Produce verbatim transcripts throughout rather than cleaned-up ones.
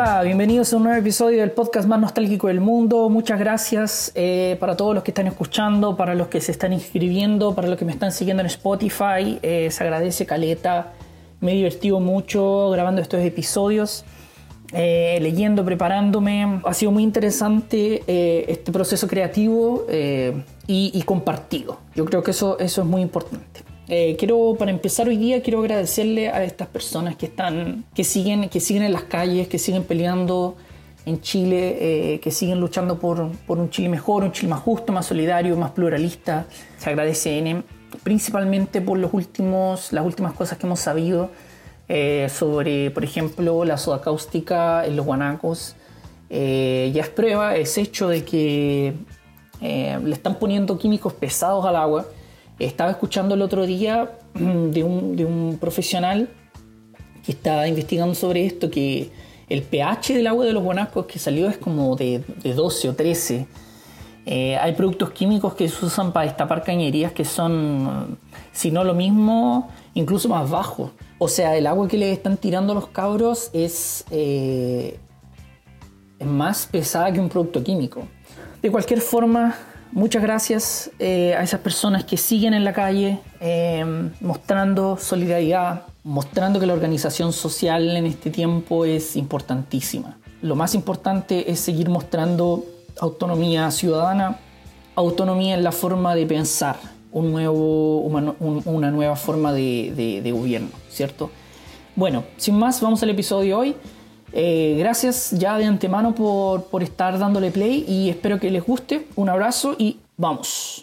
Hola, bienvenidos a un nuevo episodio del podcast más nostálgico del mundo. Muchas gracias eh, para todos los que están escuchando, para los que se están inscribiendo, para los que me están siguiendo en Spotify. Eh, se agradece caleta. Me he divertido mucho grabando estos episodios, eh, leyendo, preparándome. Ha sido muy interesante eh, este proceso creativo eh, y, y compartido. Yo creo que eso, eso es muy importante. Eh, quiero, para empezar hoy día, quiero agradecerle a estas personas que están, que siguen, que siguen en las calles, que siguen peleando en Chile, eh, que siguen luchando por, por un Chile mejor, un Chile más justo, más solidario, más pluralista. Se agradece N, principalmente por los últimos, las últimas cosas que hemos sabido eh, sobre, por ejemplo, la soda cáustica en los guanacos. Eh, ya es prueba, es hecho de que eh, le están poniendo químicos pesados al agua. Estaba escuchando el otro día de un, de un profesional que estaba investigando sobre esto, que el pH del agua de los guanacos que salió es como de, de doce o trece. Eh, hay productos químicos que se usan para destapar cañerías que son, si no lo mismo, incluso más bajos. O sea, el agua que le están tirando a los cabros es, eh, es más pesada que un producto químico. De cualquier forma, muchas gracias eh, a esas personas que siguen en la calle eh, mostrando solidaridad, mostrando que la organización social en este tiempo es importantísima. Lo más importante es seguir mostrando autonomía ciudadana, autonomía en la forma de pensar, un nuevo, una, una nueva forma de, de, de gobierno, ¿cierto? Bueno, sin más, vamos al episodio de hoy. Eh, gracias ya de antemano por, por estar dándole play y espero que les guste. Un abrazo y vamos.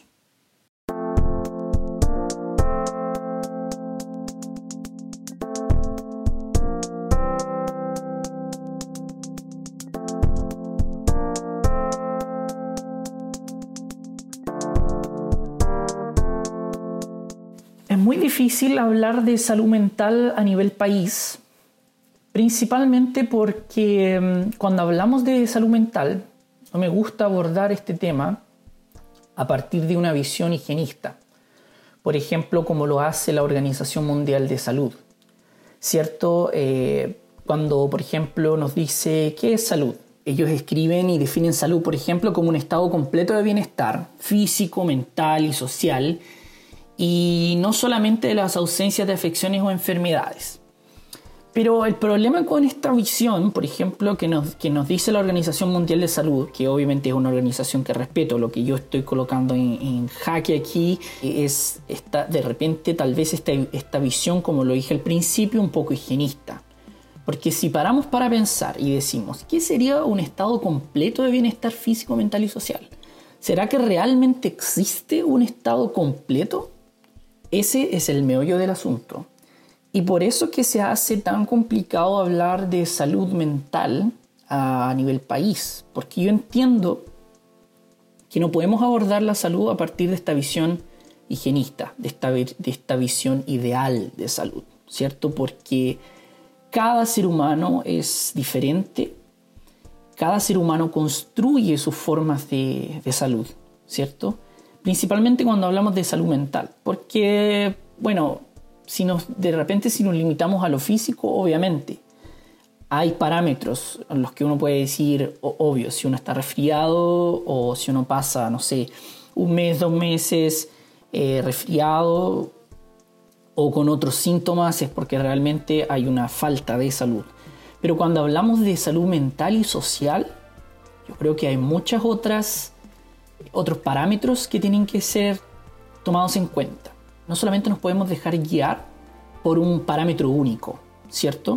Es muy difícil hablar de salud mental a nivel país. Principalmente porque um, cuando hablamos de salud mental, no me gusta abordar este tema a partir de una visión higienista. Por ejemplo, como lo hace la Organización Mundial de Salud. ¿Cierto? Eh, cuando, por ejemplo, nos dice ¿qué es salud? Ellos escriben y definen salud, por ejemplo, como un estado completo de bienestar físico, mental y social, y no solamente de las ausencias de afecciones o enfermedades. Pero el problema con esta visión, por ejemplo, que nos, que nos dice la Organización Mundial de Salud, que obviamente es una organización que respeto, lo que yo estoy colocando en, en jaque aquí es esta, de repente tal vez esta, esta visión, como lo dije al principio, un poco higienista. Porque si paramos para pensar y decimos, ¿qué sería un estado completo de bienestar físico, mental y social? ¿Será que realmente existe un estado completo? Ese es el meollo del asunto. Y por eso que se hace tan complicado hablar de salud mental a nivel país. Porque yo entiendo que no podemos abordar la salud a partir de esta visión higienista, de esta, de esta visión ideal de salud, ¿cierto? Porque cada ser humano es diferente, cada ser humano construye sus formas de, de salud, ¿cierto? Principalmente cuando hablamos de salud mental. Porque, bueno, Si nos, de repente si nos limitamos a lo físico, obviamente hay parámetros en los que uno puede decir, obvio, si uno está resfriado o si uno pasa, no sé, un mes, dos meses eh, resfriado o con otros síntomas es porque realmente hay una falta de salud. Pero cuando hablamos de salud mental y social, yo creo que hay muchas otras otros parámetros que tienen que ser tomados en cuenta. No solamente nos podemos dejar guiar por un parámetro único, ¿cierto?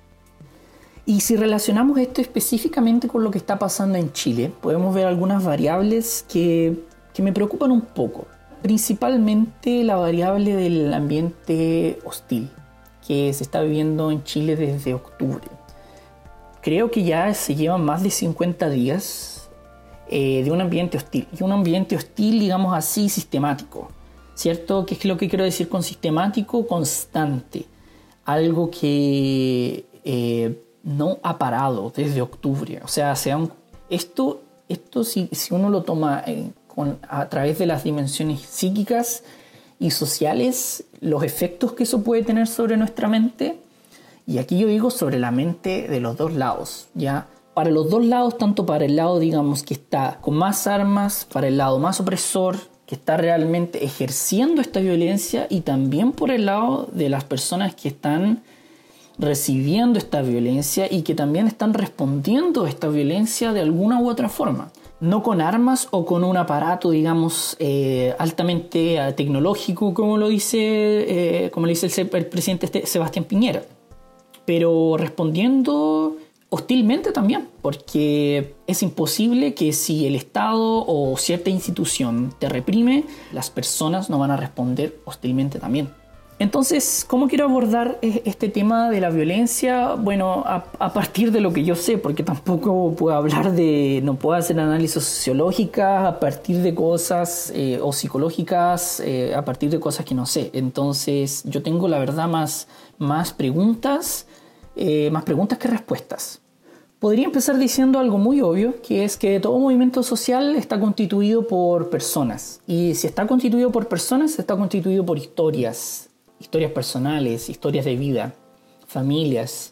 Y si relacionamos esto específicamente con lo que está pasando en Chile, podemos ver algunas variables que, que me preocupan un poco. Principalmente la variable del ambiente hostil que se está viviendo en Chile desde octubre. Creo que ya se llevan más de cincuenta días eh, de un ambiente hostil. Y un ambiente hostil, digamos así, sistemático. ¿Cierto? ¿Qué es lo que quiero decir con sistemático? Constante. Algo que eh, no ha parado desde octubre. O sea, sea un, esto, esto si, si uno lo toma eh, con, a través de las dimensiones psíquicas y sociales, los efectos que eso puede tener sobre nuestra mente Y aquí yo digo sobre la mente de los dos lados, ¿ya? Para los dos lados, tanto para el lado, digamos, que está con más armas, para el lado más opresor, que está realmente ejerciendo esta violencia, y también por el lado de las personas que están recibiendo esta violencia y que también están respondiendo a esta violencia de alguna u otra forma. No con armas o con un aparato, digamos, eh, altamente eh, tecnológico, como lo dice, eh, como lo dice el, el presidente Sebastián Piñera, pero respondiendo hostilmente también, porque es imposible que si el Estado o cierta institución te reprime, las personas no van a responder hostilmente también. Entonces, ¿cómo quiero abordar este tema de la violencia? Bueno, a, a partir de lo que yo sé, porque tampoco puedo hablar de, no puedo hacer análisis sociológicas a partir de cosas eh, o psicológicas eh, a partir de cosas que no sé. Entonces, yo tengo la verdad más, más preguntas, eh, más preguntas que respuestas. Podría empezar diciendo algo muy obvio, que es que todo movimiento social está constituido por personas. Y si está constituido por personas, está constituido por historias. Historias personales, historias de vida, familias.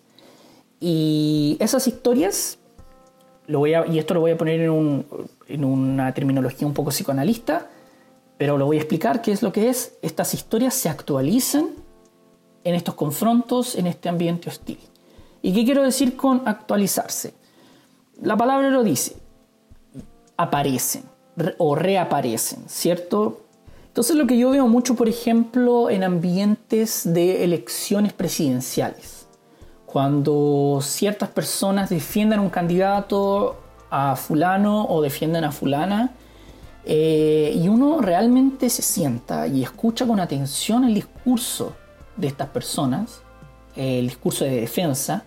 Y esas historias, lo voy a, y esto lo voy a poner en, un, en una terminología un poco psicoanalista, pero lo voy a explicar qué es lo que es. Estas historias se actualizan en estos confrontos, en este ambiente hostil. ¿Y qué quiero decir con actualizarse? La palabra lo dice, aparecen o reaparecen, ¿cierto? Entonces lo que yo veo mucho, por ejemplo, en ambientes de elecciones presidenciales, cuando ciertas personas defienden a un candidato, a fulano o defienden a fulana, eh, y uno realmente se sienta y escucha con atención el discurso de estas personas, eh, el discurso de defensa,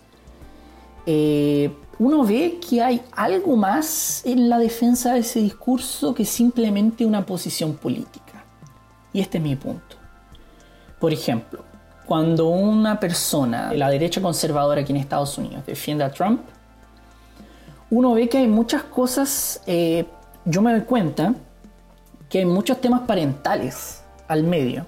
eh, uno ve que hay algo más en la defensa de ese discurso que simplemente una posición política. Y este es mi punto. Por ejemplo, cuando una persona de la derecha conservadora aquí en Estados Unidos defiende a Trump, uno ve que hay muchas cosas, eh, yo me doy cuenta que hay muchos temas parentales al medio.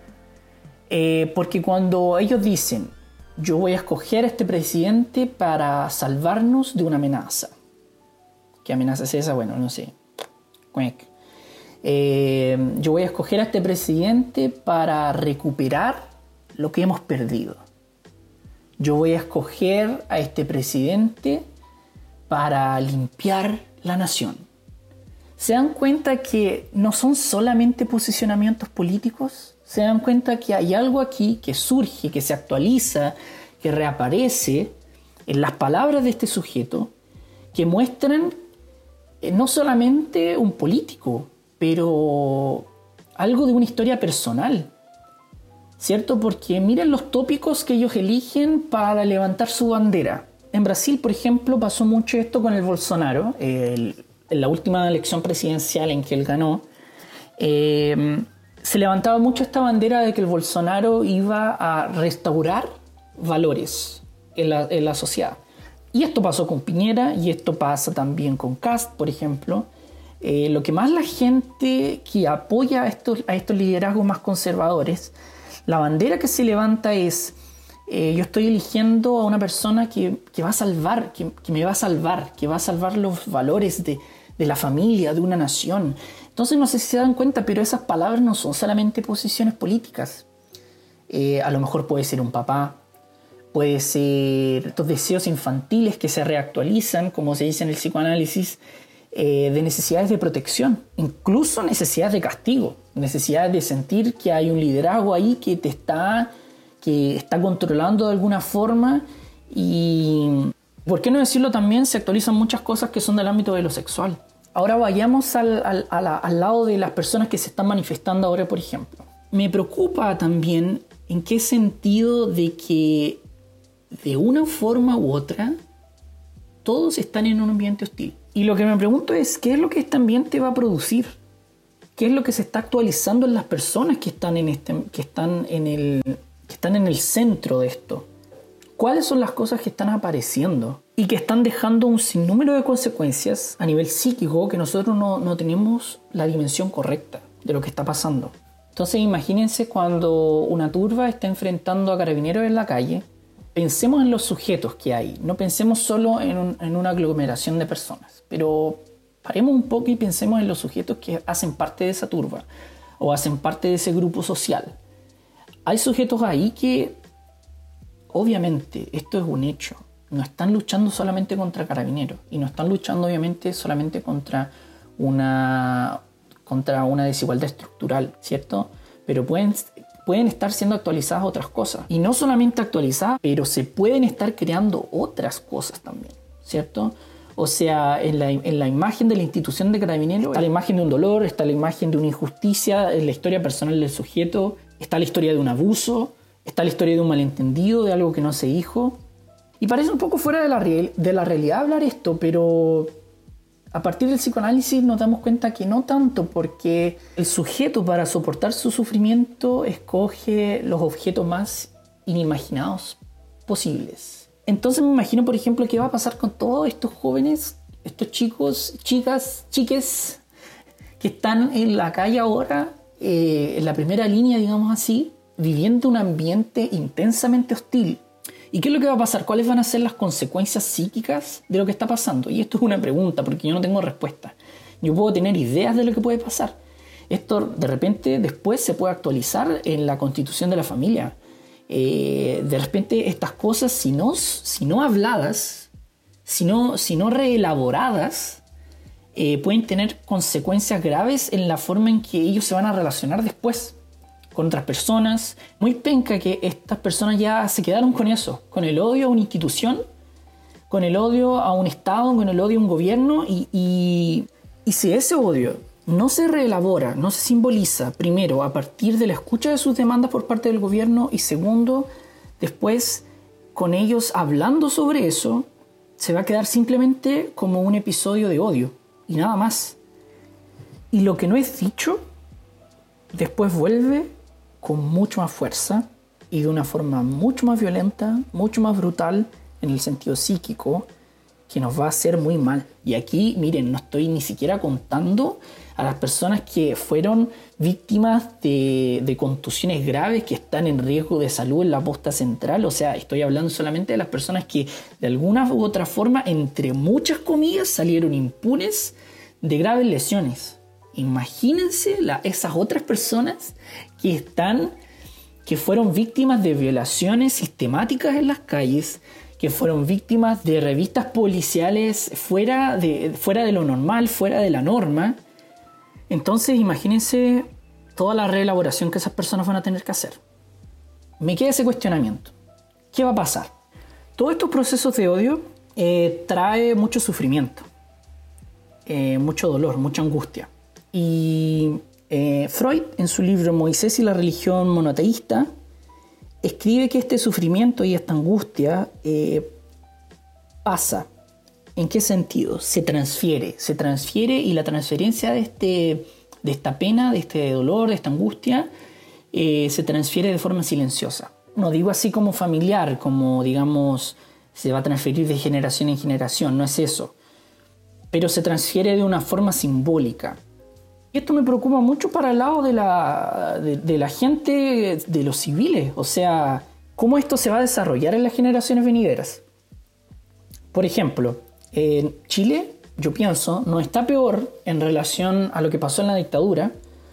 Eh, porque cuando ellos dicen, yo voy a escoger a este presidente para salvarnos de una amenaza. ¿Qué amenaza es esa? Bueno, no sé. Cuec. Eh, yo voy a escoger a este presidente para recuperar lo que hemos perdido. Yo voy a escoger a este presidente para limpiar la nación. ¿Se dan cuenta que no son solamente posicionamientos políticos? ¿Se dan cuenta que hay algo aquí que surge, que se actualiza, que reaparece en las palabras de este sujeto, que muestran eh, no solamente un político, pero algo de una historia personal, ¿cierto? Porque miren los tópicos que ellos eligen para levantar su bandera. En Brasil, por ejemplo, pasó mucho esto con el Bolsonaro, el, en la última elección presidencial en que él ganó, eh, se levantaba mucho esta bandera de que el Bolsonaro iba a restaurar valores en la, en la sociedad. Y esto pasó con Piñera, y esto pasa también con Kast, por ejemplo. Eh, lo que más la gente que apoya a estos, a estos liderazgos más conservadores, la bandera que se levanta es, eh, yo estoy eligiendo a una persona que, que va a salvar, que, que me va a salvar, que va a salvar los valores de, de la familia, de una nación. Entonces no sé si se dan cuenta, pero esas palabras no son solamente posiciones políticas. Eh, a lo mejor puede ser un papá, puede ser estos deseos infantiles que se reactualizan, como se dice en el psicoanálisis, Eh, de necesidades de protección, incluso necesidades de castigo, necesidades de sentir que hay un liderazgo ahí que te está, que está controlando de alguna forma. Y por qué no decirlo, también se actualizan muchas cosas que son del ámbito de lo sexual. Ahora vayamos al, al, a la, al lado de las personas que se están manifestando ahora, por ejemplo. Me preocupa también en qué sentido de que de una forma u otra todos están en un ambiente hostil. Y lo que me pregunto es, ¿qué es lo que este ambiente va a producir? ¿Qué es lo que se está actualizando en las personas que están en, este, que están en, el, que están en el centro de esto? ¿Cuáles son las cosas que están apareciendo y que están dejando un sinnúmero de consecuencias a nivel psíquico que nosotros no, no tenemos la dimensión correcta de lo que está pasando? Entonces imagínense cuando una turba está enfrentando a carabineros en la calle pensemos en los sujetos que hay, no pensemos solo en, un, en una aglomeración de personas, pero paremos un poco y pensemos en los sujetos que hacen parte de esa turba o hacen parte de ese grupo social. Hay sujetos ahí que, obviamente, esto es un hecho, no están luchando solamente contra carabineros y no están luchando obviamente solamente contra una, contra una desigualdad estructural, ¿cierto? Pero pueden... pueden estar siendo actualizadas otras cosas. Y no solamente actualizadas, pero se pueden estar creando otras cosas también, ¿cierto? O sea, en la, en la imagen de la institución de Carabineros está la imagen de un dolor, está la imagen de una injusticia, en la historia personal del sujeto, está la historia de un abuso, está la historia de un malentendido, de algo que no se dijo. Y parece un poco fuera de la, de la realidad hablar esto, pero a partir del psicoanálisis nos damos cuenta que no tanto, porque el sujeto para soportar su sufrimiento escoge los objetos más inimaginados posibles. Entonces me imagino, por ejemplo, qué va a pasar con todos estos jóvenes, estos chicos, chicas, chiques que están en la calle ahora, eh, en la primera línea, digamos así, viviendo un ambiente intensamente hostil. ¿Y qué es lo que va a pasar? ¿Cuáles van a ser las consecuencias psíquicas de lo que está pasando? Y esto es una pregunta, porque yo no tengo respuesta. Yo puedo tener ideas de lo que puede pasar. Esto de repente después se puede actualizar en la constitución de la familia. Eh, de repente estas cosas, si no, si no habladas, si no, si no reelaboradas, eh, pueden tener consecuencias graves en la forma en que ellos se van a relacionar después con otras personas. Muy penca que estas personas ya se quedaron con eso, con el odio a una institución, con el odio a un Estado, con el odio a un gobierno, y, y, y si ese odio no se reelabora, no se simboliza, primero, a partir de la escucha de sus demandas por parte del gobierno, y segundo, después, con ellos hablando sobre eso, se va a quedar simplemente como un episodio de odio, y nada más. Y lo que no es dicho, después vuelve con mucho más fuerza y de una forma mucho más violenta, mucho más brutal en el sentido psíquico, que nos va a hacer muy mal. Y aquí, miren, no estoy ni siquiera contando a las personas que fueron víctimas de, de contusiones graves, que están en riesgo de salud en la posta central. O sea, estoy hablando solamente de las personas que de alguna u otra forma, entre muchas comillas, salieron impunes de graves lesiones. Imagínense la, esas otras personas que están, que fueron víctimas de violaciones sistemáticas en las calles, que fueron víctimas de revistas policiales fuera de, fuera de lo normal, fuera de la norma. Entonces imagínense toda la reelaboración que esas personas van a tener que hacer. Me queda ese cuestionamiento. ¿Qué va a pasar? Todos estos procesos de odio eh, trae mucho sufrimiento, eh, mucho dolor, mucha angustia. Y eh, Freud, en su libro Moisés y la religión monoteísta, escribe que este sufrimiento y esta angustia eh, pasa. ¿En qué sentido? Se transfiere, se transfiere y la transferencia de, este, de esta pena, de este dolor, de esta angustia, eh, se transfiere de forma silenciosa. No digo así como familiar, como digamos se va a transferir de generación en generación, no es eso. Pero se transfiere de una forma simbólica. Y esto me preocupa mucho para el lado de la, de, de la gente, de los civiles. O sea, ¿cómo esto se va a desarrollar en las generaciones venideras? Por ejemplo, en Chile, yo pienso, no está peor en relación a lo que pasó en la dictadura,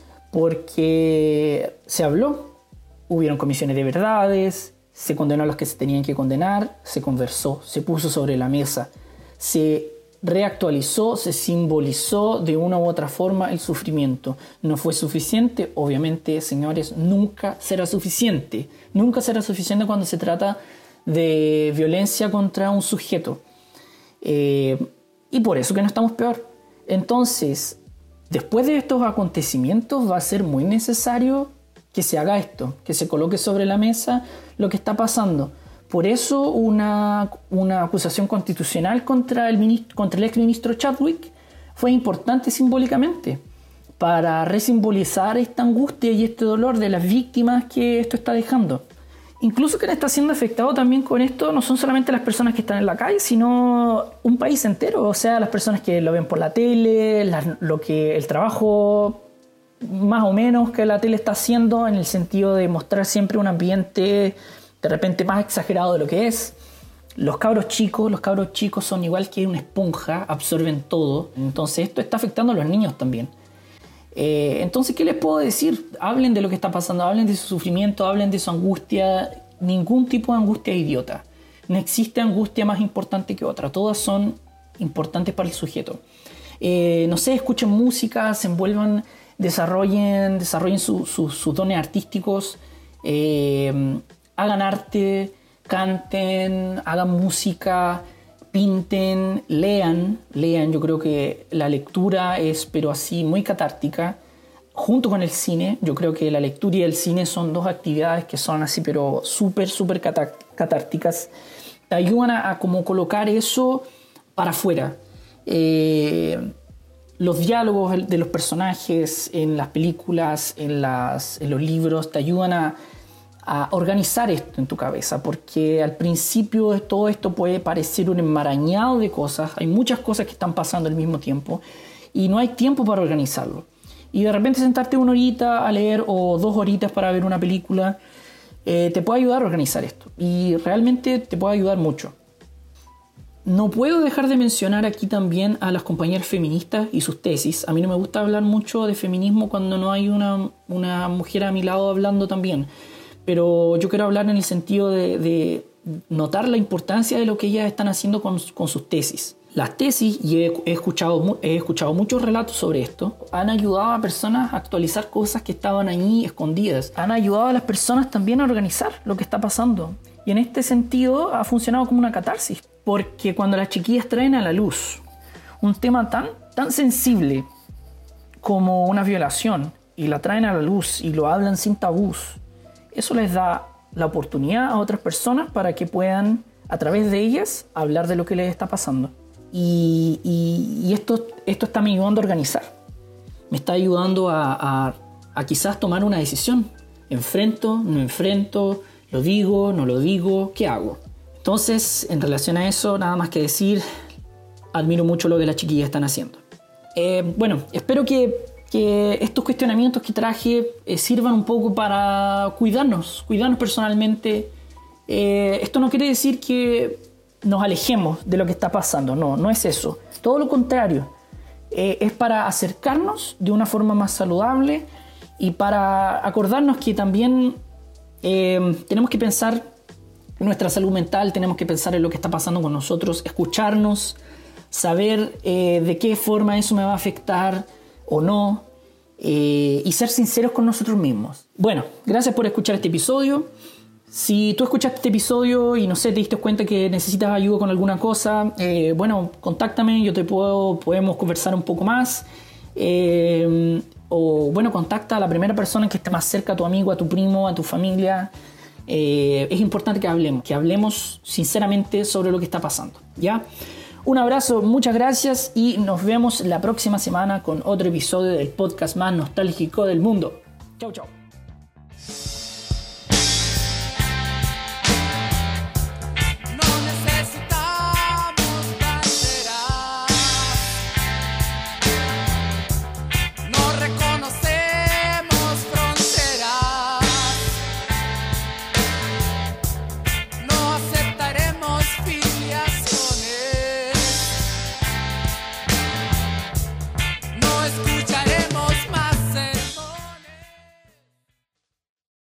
porque se habló, hubieron comisiones de verdades, se condenó a los que se tenían que condenar, se conversó, se puso sobre la mesa, se reactualizó, se simbolizó de una u otra forma el sufrimiento. ¿No fue suficiente? Obviamente, señores, nunca será suficiente. Nunca será suficiente cuando se trata de violencia contra un sujeto. Eh, y por eso que no estamos peor. Entonces, después de estos acontecimientos va a ser muy necesario que se haga esto, que se coloque sobre la mesa lo que está pasando. Por eso una, una acusación constitucional contra el, ministro, contra el exministro Chadwick fue importante simbólicamente para resimbolizar esta angustia y este dolor de las víctimas que esto está dejando. Incluso quien está siendo afectado también con esto no son solamente las personas que están en la calle, sino un país entero. O sea, las personas que lo ven por la tele, la, lo que, el trabajo más o menos que la tele está haciendo en el sentido de mostrar siempre un ambiente de repente más exagerado de lo que es. Los cabros chicos, los cabros chicos son igual que una esponja, absorben todo. Entonces esto está afectando a los niños también. Eh, entonces, ¿qué les puedo decir? Hablen de lo que está pasando, hablen de su sufrimiento, hablen de su angustia. Ningún tipo de angustia es idiota. No existe angustia más importante que otra. Todas son importantes para el sujeto. Eh, no sé, escuchen música, se envuelvan, desarrollen, desarrollen su, su, sus dones artísticos, eh, hagan arte, canten, hagan música, pinten, lean, lean. Yo creo que la lectura es, pero así, muy catártica. Junto con el cine, yo creo que la lectura y el cine son dos actividades que son así, pero súper, súper catárticas. Te ayudan a, a como colocar eso para afuera. Eh, los diálogos de los personajes en las películas, en, las, en los libros, te ayudan a, a organizar esto en tu cabeza, porque al principio de todo esto puede parecer un enmarañado de cosas. Hay muchas cosas que están pasando al mismo tiempo y no hay tiempo para organizarlo. Y de repente sentarte una horita a leer o dos horitas para ver una película eh, te puede ayudar a organizar esto. Y realmente te puede ayudar mucho. No puedo dejar de mencionar aquí también a las compañeras feministas y sus tesis. A mí no me gusta hablar mucho de feminismo cuando no hay una, una mujer a mi lado hablando también. Pero yo quiero hablar en el sentido de, de notar la importancia de lo que ellas están haciendo con, con sus tesis. Las tesis, y he, he, escuchado, he escuchado muchos relatos sobre esto, han ayudado a personas a actualizar cosas que estaban ahí escondidas. Han ayudado a las personas también a organizar lo que está pasando. Y en este sentido ha funcionado como una catarsis. Porque cuando las chiquillas traen a la luz un tema tan, tan sensible como una violación, y la traen a la luz y lo hablan sin tabús, eso les da la oportunidad a otras personas para que puedan, a través de ellas, hablar de lo que les está pasando. Y, y, y esto, esto está me ayudando a organizar. Me está ayudando a, a, a quizás tomar una decisión. ¿Enfrento? ¿No enfrento? ¿Lo digo? ¿No lo digo? ¿Qué hago? Entonces, en relación a eso, nada más que decir, admiro mucho lo que las chiquillas están haciendo. Eh, bueno, espero que, que estos cuestionamientos que traje eh, sirvan un poco para cuidarnos, cuidarnos personalmente. Eh, esto no quiere decir que nos alejemos de lo que está pasando, no, no es eso. Todo lo contrario, eh, es para acercarnos de una forma más saludable y para acordarnos que también eh, tenemos que pensar en nuestra salud mental, tenemos que pensar en lo que está pasando con nosotros, escucharnos, saber eh, de qué forma eso me va a afectar o no, eh, y ser sinceros con nosotros mismos. Bueno, gracias por escuchar este episodio. Si tú escuchaste este episodio y no sé, te diste cuenta que necesitas ayuda con alguna cosa, eh, bueno, contáctame, yo te puedo, podemos conversar un poco más. Eh, o bueno, contacta a la primera persona que esté más cerca, a tu amigo, a tu primo, a tu familia. Eh, es importante que hablemos, que hablemos sinceramente sobre lo que está pasando, ¿ya? Un abrazo, muchas gracias y nos vemos la próxima semana con otro episodio del podcast más nostálgico del mundo. Chau, chau.